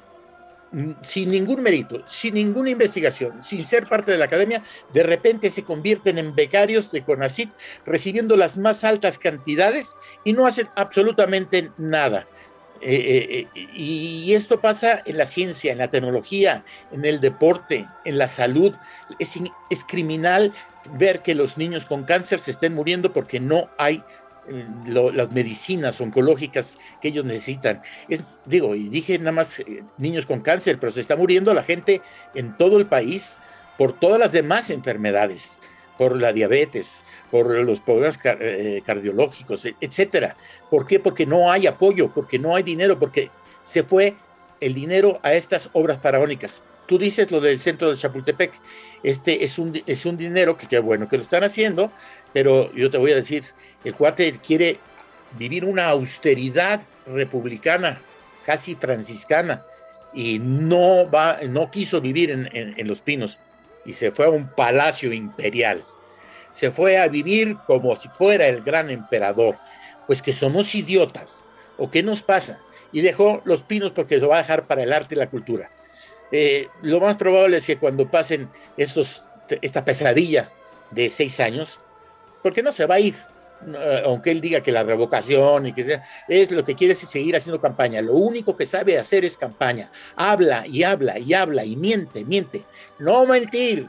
sin ningún mérito, sin ninguna investigación, sin ser parte de la academia, de repente se convierten en becarios de CONACYT, recibiendo las más altas cantidades y no hacen absolutamente nada. Eh, eh, y esto pasa en la ciencia, en la tecnología, en el deporte, en la salud. Es, es criminal ver que los niños con cáncer se estén muriendo porque no hay eh, lo, las medicinas oncológicas que ellos necesitan. Es, digo, y dije nada más eh, niños con cáncer, pero se está muriendo la gente en todo el país por todas las demás enfermedades, por la diabetes, por los problemas car eh, cardiológicos, etcétera. ¿Por qué? Porque no hay apoyo, porque no hay dinero, porque se fue el dinero a estas obras faraónicas. Tú dices lo del centro de Chapultepec, este es un, es un dinero que qué bueno que lo están haciendo, pero yo te voy a decir, el cuate quiere vivir una austeridad republicana, casi franciscana, y no, va, no quiso vivir en, en, en Los Pinos, y se fue a un palacio imperial. Se fue a vivir como si fuera el gran emperador. Pues que somos idiotas, ¿o qué nos pasa? Y dejó Los Pinos porque lo va a dejar para el arte y la cultura. Eh, lo más probable es que cuando pasen estos, esta pesadilla de seis años, porque no se va a ir, aunque él diga que la revocación y que es lo que quiere es seguir haciendo campaña. Lo único que sabe hacer es campaña. Habla y habla y habla y miente, miente. No mentir,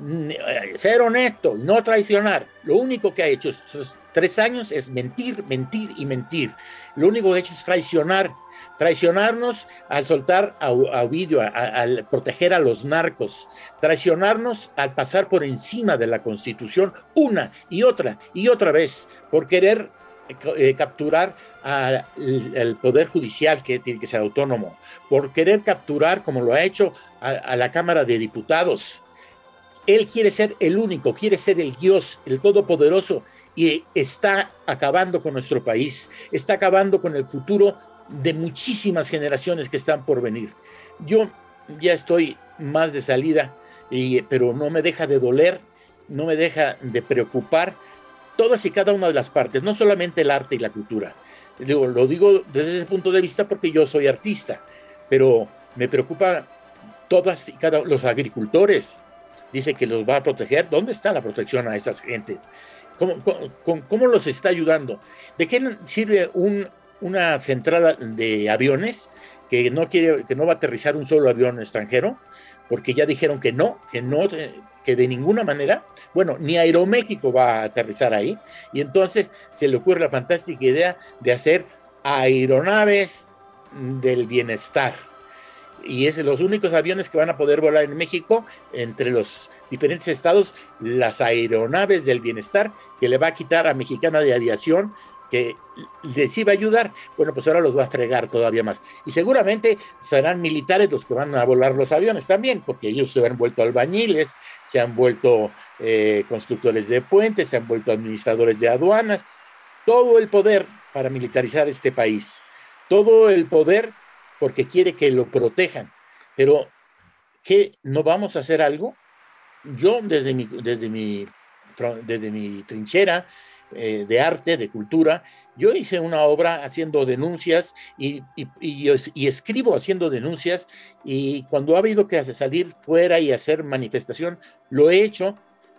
ser honesto y no traicionar. Lo único que ha hecho estos tres años es mentir, mentir y mentir. Lo único que ha hecho es traicionar. Traicionarnos al soltar a, a Ovidio, al proteger a los narcos, traicionarnos al pasar por encima de la Constitución una y otra y otra vez, por querer eh, capturar al Poder Judicial, que tiene que ser autónomo, por querer capturar, como lo ha hecho, a, a la Cámara de Diputados. Él quiere ser el único, quiere ser el Dios, el Todopoderoso, y está acabando con nuestro país, está acabando con el futuro de muchísimas generaciones que están por venir. Yo ya estoy más de salida, y, pero no me deja de doler, no me deja de preocupar todas y cada una de las partes, no solamente el arte y la cultura. Digo, lo digo desde ese punto de vista porque yo soy artista, pero me preocupa todas y cada los agricultores, dice que los va a proteger. ¿Dónde está la protección a esas gentes? ¿Cómo, cómo, cómo los está ayudando? ¿De qué sirve un, una central de aviones que no quiere, que no va a aterrizar un solo avión extranjero? Porque ya dijeron que no, que no, que de ninguna manera, bueno, ni Aeroméxico va a aterrizar ahí, y entonces se le ocurre la fantástica idea de hacer aeronaves del bienestar, y es los únicos aviones que van a poder volar en México, entre los diferentes estados, las aeronaves del bienestar, que le va a quitar a Mexicana de Aviación, que les iba a ayudar. Bueno, pues ahora los va a fregar todavía más, y seguramente serán militares los que van a volar los aviones también, porque ellos se han vuelto albañiles, se han vuelto eh, constructores de puentes, se han vuelto administradores de aduanas, todo el poder para militarizar este país, todo el poder porque quiere que lo protejan. Pero ¿qué? ¿No vamos a hacer algo? Yo desde mi, desde mi, desde mi trinchera eh, de arte, de cultura, yo hice una obra haciendo denuncias y, y, y, y escribo haciendo denuncias, y cuando ha habido que salir fuera y hacer manifestación, lo he hecho,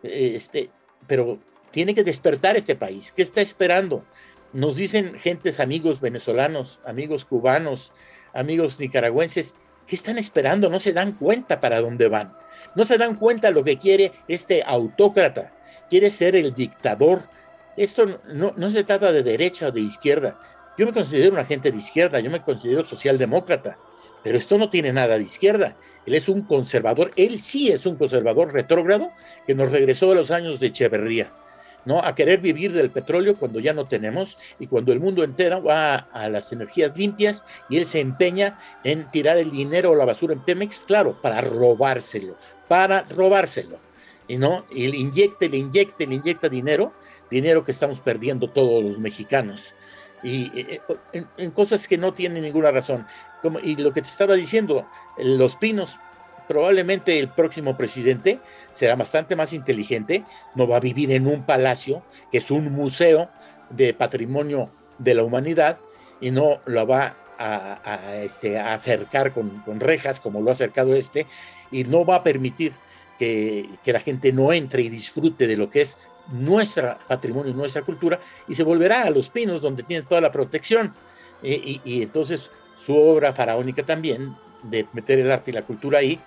este, pero tiene que despertar este país. ¿Qué está esperando? Nos dicen gentes, amigos venezolanos, amigos cubanos, amigos nicaragüenses, ¿qué están esperando? No se dan cuenta para dónde van. No se dan cuenta lo que quiere este autócrata. Quiere ser el dictador. Esto no, no se trata de derecha o de izquierda. Yo me considero una gente de izquierda, yo me considero socialdemócrata, pero esto no tiene nada de izquierda. Él es un conservador, él sí es un conservador retrógrado que nos regresó a los años de Echeverría, ¿no? A querer vivir del petróleo cuando ya no tenemos, y cuando el mundo entero va a, a las energías limpias, y él se empeña en tirar el dinero o la basura en Pemex, claro, para robárselo, para robárselo, y no, y le inyecta, le inyecta, le inyecta dinero, dinero que estamos perdiendo todos los mexicanos, y eh, en, en cosas que no tienen ninguna razón. Como, y lo que te estaba diciendo, Los Pinos, probablemente el próximo presidente será bastante más inteligente, no va a vivir en un palacio que es un museo de patrimonio de la humanidad, y no lo va a, a, este, a acercar con, con rejas como lo ha acercado este, y no va a permitir que, que la gente no entre y disfrute de lo que es nuestro patrimonio y nuestra cultura, y se volverá a Los Pinos, donde tiene toda la protección, y, y, y entonces su obra faraónica también, de meter el arte y la cultura ahí,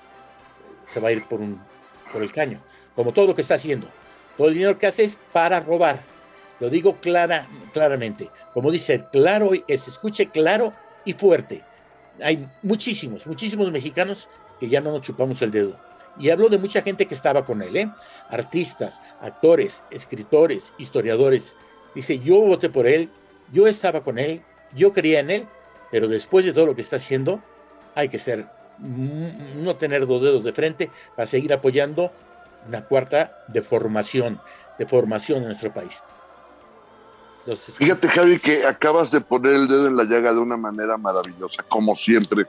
se va a ir por, un, por el caño, como todo lo que está haciendo. Todo el dinero que hace es para robar. Lo digo clara, claramente. Como dice, claro, que se escuche claro y fuerte. Hay muchísimos, muchísimos mexicanos que ya no nos chupamos el dedo. Y hablo de mucha gente que estaba con él, ¿eh? Artistas, actores, escritores, historiadores. Dice, yo voté por él, yo estaba con él, yo creía en él, pero después de todo lo que está haciendo, hay que ser, no tener dos dedos de frente para seguir apoyando una cuarta deformación, deformación en nuestro país. Entonces, fíjate, Javi, que acabas de poner el dedo en la llaga de una manera maravillosa, como siempre.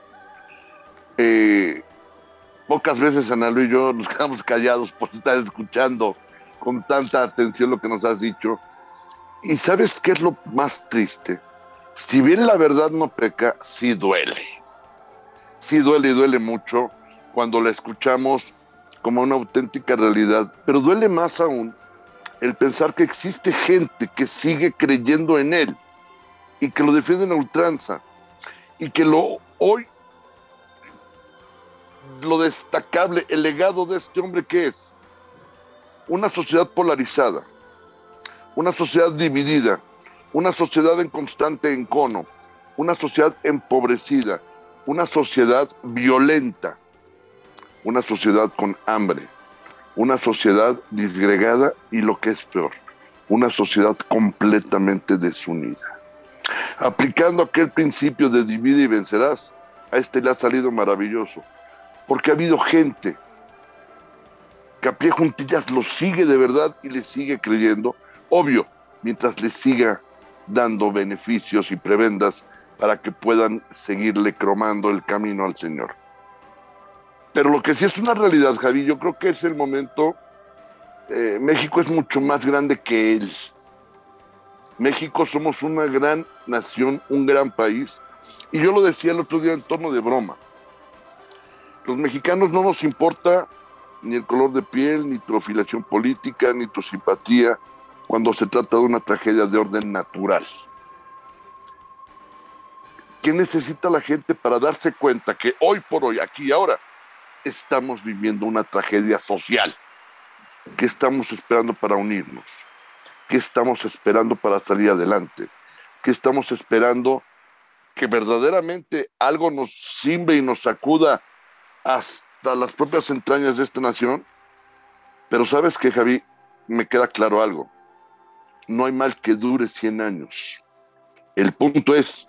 Eh, pocas veces Ana Lu y yo nos quedamos callados por estar escuchando con tanta atención lo que nos has dicho. Y ¿sabes qué es lo más triste? Si bien la verdad no peca, sí duele. Sí duele y duele mucho cuando la escuchamos como una auténtica realidad, pero duele más aún el pensar que existe gente que sigue creyendo en él y que lo defiende a ultranza, y que lo hoy, lo destacable, el legado de este hombre, que es una sociedad polarizada, una sociedad dividida, una sociedad en constante encono, una sociedad empobrecida, una sociedad violenta, una sociedad con hambre, una sociedad disgregada y, lo que es peor, una sociedad completamente desunida. Aplicando aquel principio de divide y vencerás, a este le ha salido maravilloso, porque ha habido gente que a pie juntillas lo sigue de verdad y le sigue creyendo, obvio, mientras le siga dando beneficios y prebendas para que puedan seguirle cromando el camino al Señor. Pero lo que sí es una realidad, Javi, yo creo que es el momento. eh, México es mucho más grande que él. México somos una gran nación, un gran país, y yo lo decía el otro día en tono de broma. Los mexicanos no nos importa ni el color de piel, ni tu afiliación política, ni tu simpatía, cuando se trata de una tragedia de orden natural. ¿Qué necesita la gente para darse cuenta que hoy por hoy, aquí y ahora, estamos viviendo una tragedia social? ¿Qué estamos esperando para unirnos? ¿Qué estamos esperando para salir adelante? ¿Qué estamos esperando que verdaderamente algo nos simbre y nos sacuda hasta las propias entrañas de esta nación? Pero ¿sabes qué, Javi? Me queda claro algo. No hay mal que dure cien años. El punto es,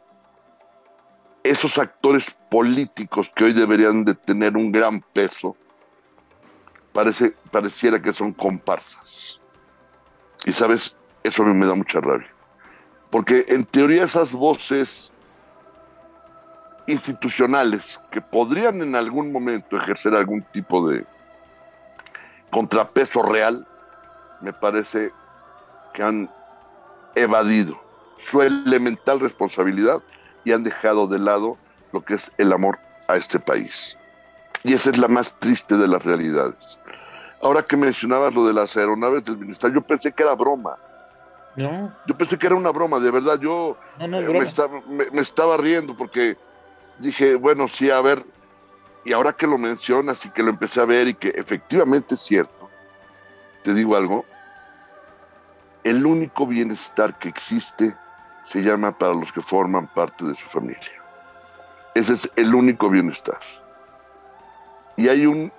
esos actores políticos que hoy deberían de tener un gran peso, parece, pareciera que son comparsas. Y sabes, eso a mí me da mucha rabia. Porque en teoría esas voces institucionales que podrían en algún momento ejercer algún tipo de contrapeso real, me parece que han evadido su elemental responsabilidad y han dejado de lado lo que es el amor a este país. Y esa es la más triste de las realidades. Ahora que mencionabas lo de las aeronaves del bienestar, yo pensé que era broma. No. Yo pensé que era una broma, de verdad. Yo no, no es eh, broma. Me, estaba, me, me estaba riendo porque dije, bueno, sí, a ver, y ahora que lo mencionas y que lo empecé a ver y que efectivamente es cierto, te digo algo, el único bienestar que existe se llama para los que forman parte de su familia. Ese es el único bienestar. Y hay un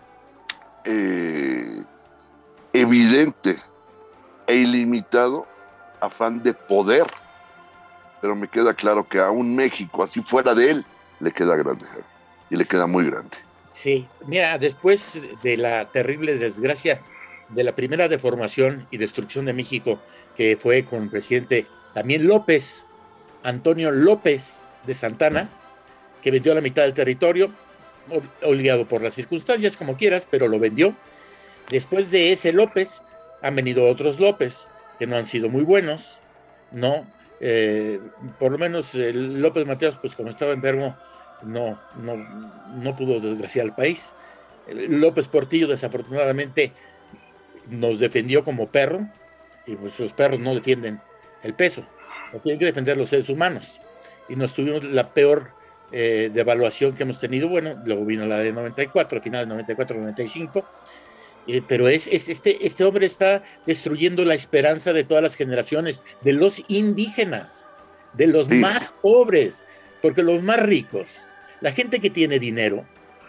eh, evidente e ilimitado afán de poder, pero me queda claro que a un México así fuera de él le queda grande, y le queda muy grande. Sí, mira, después de la terrible desgracia de la primera deformación y destrucción de México, que fue con el presidente también López, Antonio López de Santana, que vendió la mitad del territorio, obligado por las circunstancias, como quieras, pero lo vendió. Después de ese López, han venido otros López, que no han sido muy buenos, ¿no? Eh, por lo menos el López Mateos, pues como estaba enfermo, no, no, no pudo desgraciar al país. El López Portillo, desafortunadamente, nos defendió como perro, y pues los perros no defienden el peso, nos tienen que defender los seres humanos, y nos tuvimos la peor eh, devaluación que hemos tenido. Bueno, luego vino la de noventa y cuatro, final de noventa y cuatro noventa y cinco, eh, pero es, es este, este hombre está destruyendo la esperanza de todas las generaciones, de los indígenas, de los sí. más pobres, porque los más ricos, la gente que tiene dinero,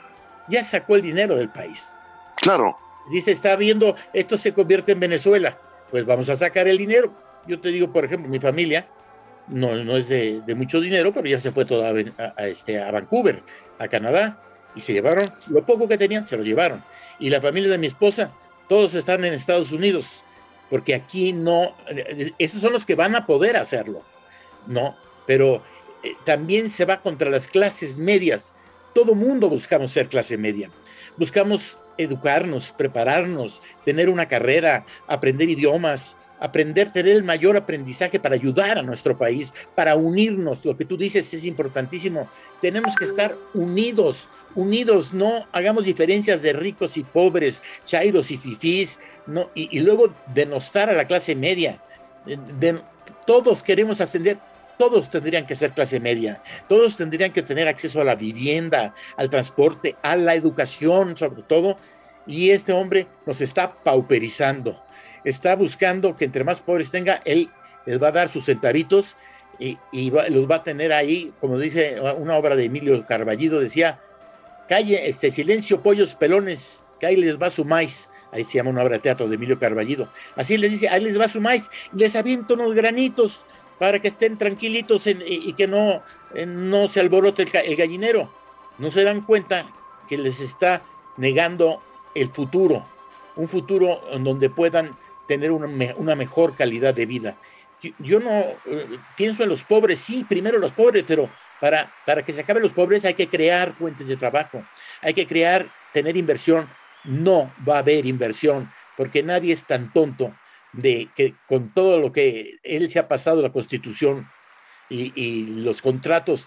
ya sacó el dinero del país. Claro. Dice, está viendo, esto se convierte en Venezuela, pues vamos a sacar el dinero. Yo te digo, por ejemplo, mi familia no, no es de, de mucho dinero, pero ya se fue toda a, a, este, a Vancouver, a Canadá, y se llevaron lo poco que tenían, se lo llevaron. Y la familia de mi esposa, todos están en Estados Unidos, porque aquí no, esos son los que van a poder hacerlo, ¿no? Pero eh, también se va contra las clases medias. Todo mundo buscamos ser clase media, buscamos educarnos, prepararnos, tener una carrera, aprender idiomas, aprender, tener el mayor aprendizaje para ayudar a nuestro país, para unirnos. Lo que tú dices es importantísimo. Tenemos que estar unidos, unidos, no hagamos diferencias de ricos y pobres, chairos y fifís, no, y, y luego denostar a la clase media. De, de, todos queremos ascender. Todos tendrían que ser clase media, todos tendrían que tener acceso a la vivienda, al transporte, a la educación sobre todo, y este hombre nos está pauperizando, está buscando que entre más pobres tenga, él les va a dar sus centavitos y, y va, los va a tener ahí, como dice una obra de Emilio Carballido, decía, calle, este, silencio pollos pelones, que ahí les va su maíz. Ahí se llama una obra de teatro de Emilio Carballido, así les dice, ahí les va su maíz, les aviento unos granitos, para que estén tranquilitos en, y, y que no, en, no se alborote el, el gallinero. No se dan cuenta que les está negando el futuro, un futuro en donde puedan tener una, una mejor calidad de vida. Yo, yo no eh, pienso en los pobres, sí, primero los pobres, pero para, para que se acaben los pobres hay que crear fuentes de trabajo, hay que crear, tener inversión. No va a haber inversión, porque nadie es tan tonto de que con todo lo que él se ha pasado la Constitución y, y los contratos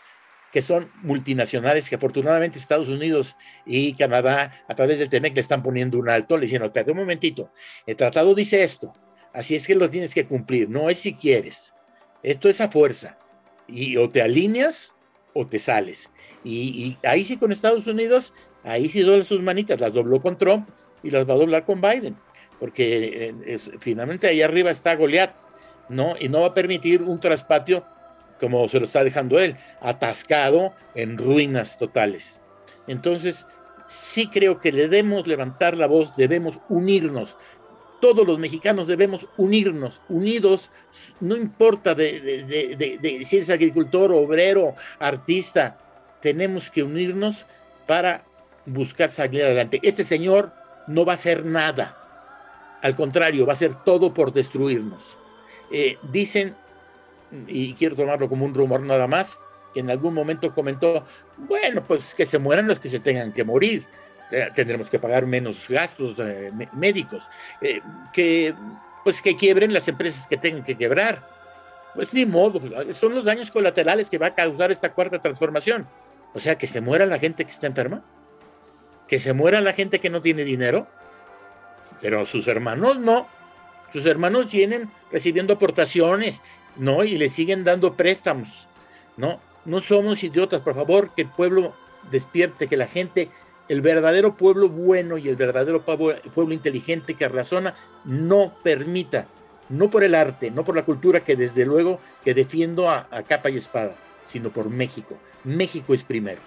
que son multinacionales, que afortunadamente Estados Unidos y Canadá, a través del TEMEC, le están poniendo un alto, le dicen, espérate un momentito, el tratado dice esto, así es que lo tienes que cumplir, no es si quieres, esto es a fuerza, y o te alineas o te sales. Y, y ahí sí con Estados Unidos, ahí sí dobla sus manitas, las dobló con Trump y las va a doblar con Biden, porque eh, es, finalmente ahí arriba está Goliat, ¿no? Y no va a permitir un traspatio como se lo está dejando él, atascado en ruinas totales. Entonces, sí creo que debemos levantar la voz, debemos unirnos. Todos los mexicanos debemos unirnos, unidos, no importa de, de, de, de, de si eres agricultor, obrero, artista, tenemos que unirnos para buscar salir adelante. Este señor no va a hacer nada, al contrario, va a hacer todo por destruirnos. Eh, dicen, y quiero tomarlo como un rumor nada más, que en algún momento comentó, bueno, pues que se mueran los que se tengan que morir, eh, tendremos que pagar menos gastos eh, médicos, eh, que pues que quiebren las empresas que tengan que quebrar, pues ni modo, son los daños colaterales que va a causar esta cuarta transformación, o sea, que se muera la gente que está enferma, que se muera la gente que no tiene dinero, pero sus hermanos no, sus hermanos vienen recibiendo aportaciones, ¿no? Y le siguen dando préstamos, ¿no? No somos idiotas, por favor, que el pueblo despierte, que la gente, el verdadero pueblo bueno y el verdadero pueblo, pueblo inteligente que razona, no permita, no por el arte, no por la cultura, que desde luego que defiendo a, a capa y espada, sino por México. México es primero.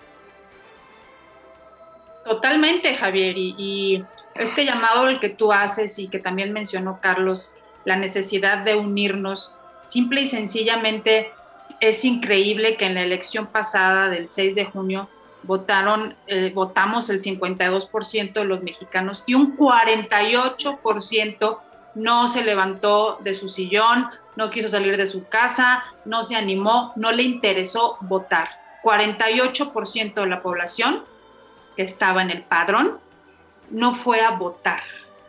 Totalmente, Javier, y, y este llamado el que tú haces y que también mencionó Carlos, la necesidad de unirnos, simple y sencillamente es increíble que en la elección pasada del seis de junio votaron, eh, votamos el cincuenta y dos por ciento de los mexicanos y un cuarenta y ocho por ciento no se levantó de su sillón, no quiso salir de su casa, no se animó, no le interesó votar. cuarenta y ocho por ciento de la población que estaba en el padrón no fue a votar.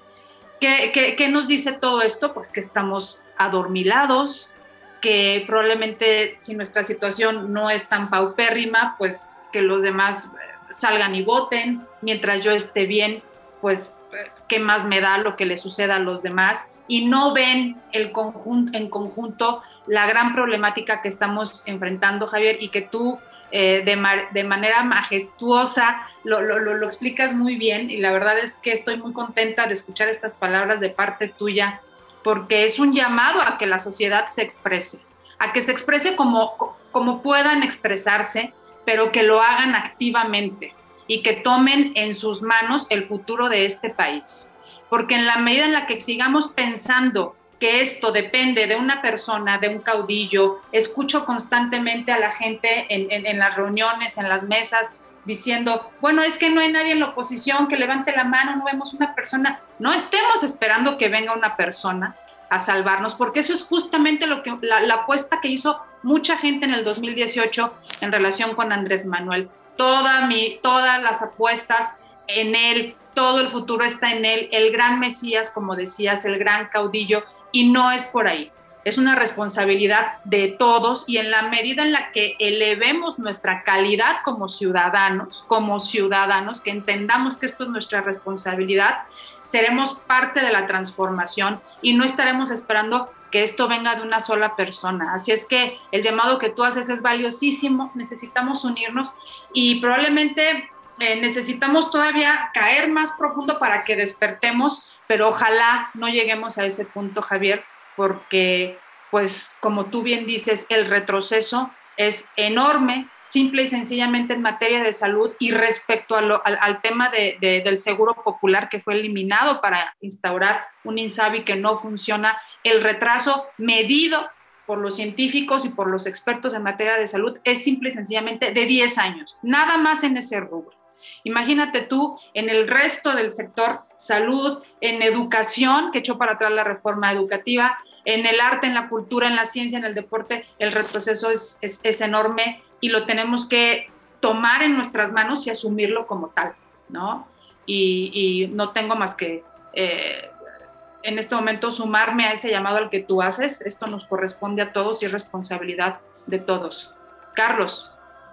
¿Qué, qué, qué nos dice todo esto? Pues que estamos adormilados, que probablemente si nuestra situación no es tan paupérrima, pues que los demás salgan y voten, mientras yo esté bien, pues qué más me da lo que le suceda a los demás, y no ven el conjunto, en conjunto la gran problemática que estamos enfrentando, Javier, y que tú eh, de, ma- de manera majestuosa lo, lo, lo, lo explicas muy bien, y la verdad es que estoy muy contenta de escuchar estas palabras de parte tuya, porque es un llamado a que la sociedad se exprese, a que se exprese como, como puedan expresarse, pero que lo hagan activamente y que tomen en sus manos el futuro de este país. Porque en la medida en la que sigamos pensando que esto depende de una persona, de un caudillo, escucho constantemente a la gente en, en, en las reuniones, en las mesas, diciendo, bueno, es que no hay nadie en la oposición que levante la mano, no vemos una persona. No estemos esperando que venga una persona a salvarnos, porque eso es justamente lo que, la, la apuesta que hizo mucha gente en el dos mil dieciocho en relación con Andrés Manuel. Toda mi, todas las apuestas en él, todo el futuro está en él, el gran Mesías, como decías, el gran caudillo, y no es por ahí. Es una responsabilidad de todos, y en la medida en la que elevemos nuestra calidad como ciudadanos, como ciudadanos, que entendamos que esto es nuestra responsabilidad, seremos parte de la transformación y no estaremos esperando que esto venga de una sola persona. Así es que el llamado que tú haces es valiosísimo, necesitamos unirnos y probablemente eh, necesitamos todavía caer más profundo para que despertemos, pero ojalá no lleguemos a ese punto, Javier, porque, pues, como tú bien dices, el retroceso es enorme, simple y sencillamente en materia de salud y respecto a lo, al, al tema de, de, del seguro popular que fue eliminado para instaurar un INSABI que no funciona, el retraso medido por los científicos y por los expertos en materia de salud es simple y sencillamente de diez años, nada más en ese rubro. Imagínate tú en el resto del sector salud, en educación, que echó para atrás la reforma educativa, en el arte, en la cultura, en la ciencia, en el deporte, el retroceso es, es, es enorme y lo tenemos que tomar en nuestras manos y asumirlo como tal, ¿no? Y, y no tengo más que eh, en este momento sumarme a ese llamado al que tú haces. Esto nos corresponde a todos y es responsabilidad de todos. Carlos.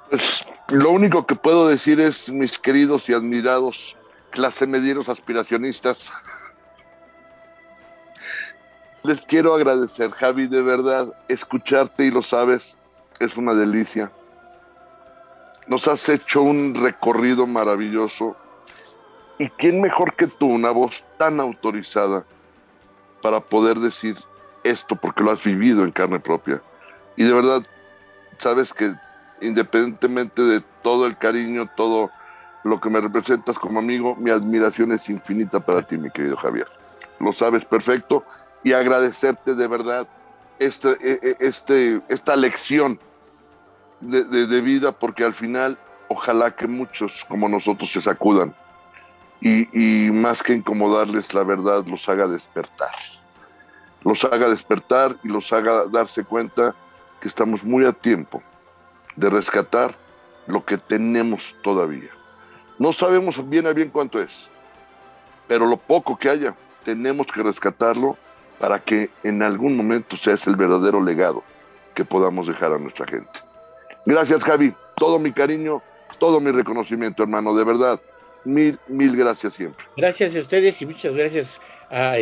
Pues lo único que puedo decir es, mis queridos y admirados clase medieros aspiracionistas, les quiero agradecer, Javi, de verdad, escucharte, y lo sabes, es una delicia. Nos has hecho un recorrido maravilloso, y quién mejor que tú, una voz tan autorizada para poder decir esto, porque lo has vivido en carne propia. Y de verdad, sabes que independientemente de todo el cariño, todo lo que me representas como amigo, mi admiración es infinita para ti, mi querido Javier. Lo sabes perfecto, y agradecerte de verdad este, este, esta lección de, de, de vida, porque al final ojalá que muchos como nosotros se sacudan y, y más que incomodarles, la verdad los haga despertar. Los haga despertar y los haga darse cuenta que estamos muy a tiempo de rescatar lo que tenemos todavía. No sabemos bien a bien cuánto es, pero lo poco que haya, tenemos que rescatarlo para que en algún momento sea ese el verdadero legado que podamos dejar a nuestra gente. Gracias, Javi. Todo mi cariño, todo mi reconocimiento, hermano. De verdad, mil, mil gracias siempre. Gracias a ustedes y muchas gracias a,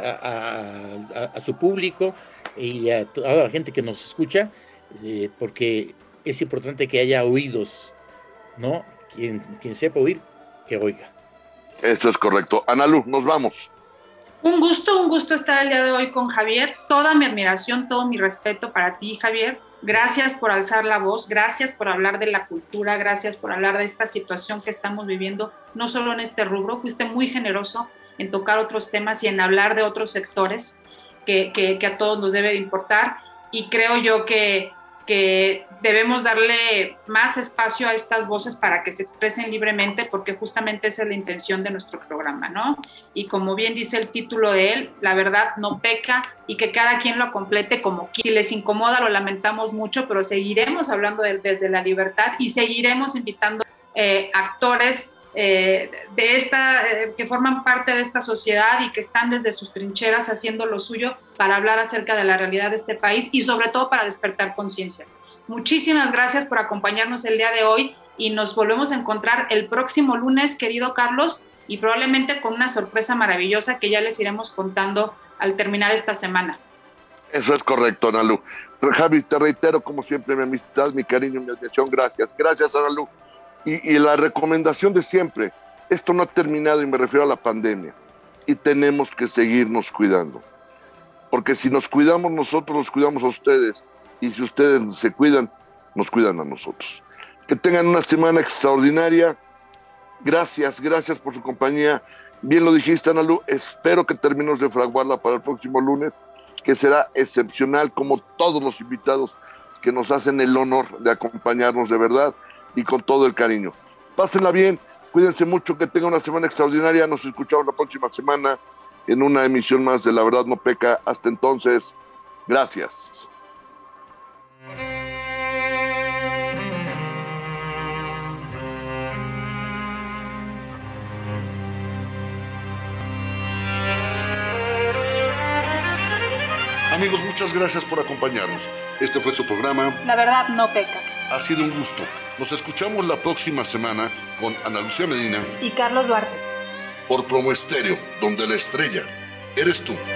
a, a, a su público y a toda la gente que nos escucha, eh, porque es importante que haya oídos, ¿no? Quien, quien sepa oír, que oiga. Eso es correcto. Analu, nos vamos. Un gusto, un gusto estar el día de hoy con Javier. Toda mi admiración, todo mi respeto para ti, Javier. Gracias por alzar la voz, gracias por hablar de la cultura, gracias por hablar de esta situación que estamos viviendo, no solo en este rubro. Fuiste muy generoso en tocar otros temas y en hablar de otros sectores que, que, que a todos nos debe de importar. Y creo yo que, que debemos darle más espacio a estas voces para que se expresen libremente, porque justamente esa es la intención de nuestro programa, ¿no? Y como bien dice el título de él, la verdad no peca, y que cada quien lo complete como quiera. Si les incomoda, lo lamentamos mucho, pero seguiremos hablando de, desde la libertad, y seguiremos invitando eh, actores eh, de esta, eh, que forman parte de esta sociedad y que están desde sus trincheras haciendo lo suyo para hablar acerca de la realidad de este país y sobre todo para despertar conciencias. Muchísimas gracias por acompañarnos el día de hoy, y nos volvemos a encontrar el próximo lunes, querido Carlos, y probablemente con una sorpresa maravillosa que ya les iremos contando al terminar esta semana. Eso es correcto, Analu. Javi, te reitero como siempre mi amistad, mi cariño, mi admiración. Gracias, gracias, Analu. Y, y la recomendación de siempre, esto no ha terminado, y me refiero a la pandemia, y tenemos que seguirnos cuidando, porque si nos cuidamos nosotros, los cuidamos a ustedes, y si ustedes se cuidan, nos cuidan a nosotros. Que tengan una semana extraordinaria. Gracias, gracias por su compañía. Bien lo dijiste, Analu, espero que terminemos de fraguarla para el próximo lunes, que será excepcional, como todos los invitados que nos hacen el honor de acompañarnos de verdad y con todo el cariño. Pásenla bien, cuídense mucho, que tengan una semana extraordinaria. Nos escuchamos la próxima semana en una emisión más de La Verdad No Peca. Hasta entonces, gracias. Amigos, muchas gracias por acompañarnos. Este fue su programa La Verdad No Peca. Ha sido un gusto. Nos escuchamos la próxima semana con Ana Lucía Medina y Carlos Duarte por Promo Estéreo, donde la estrella eres tú.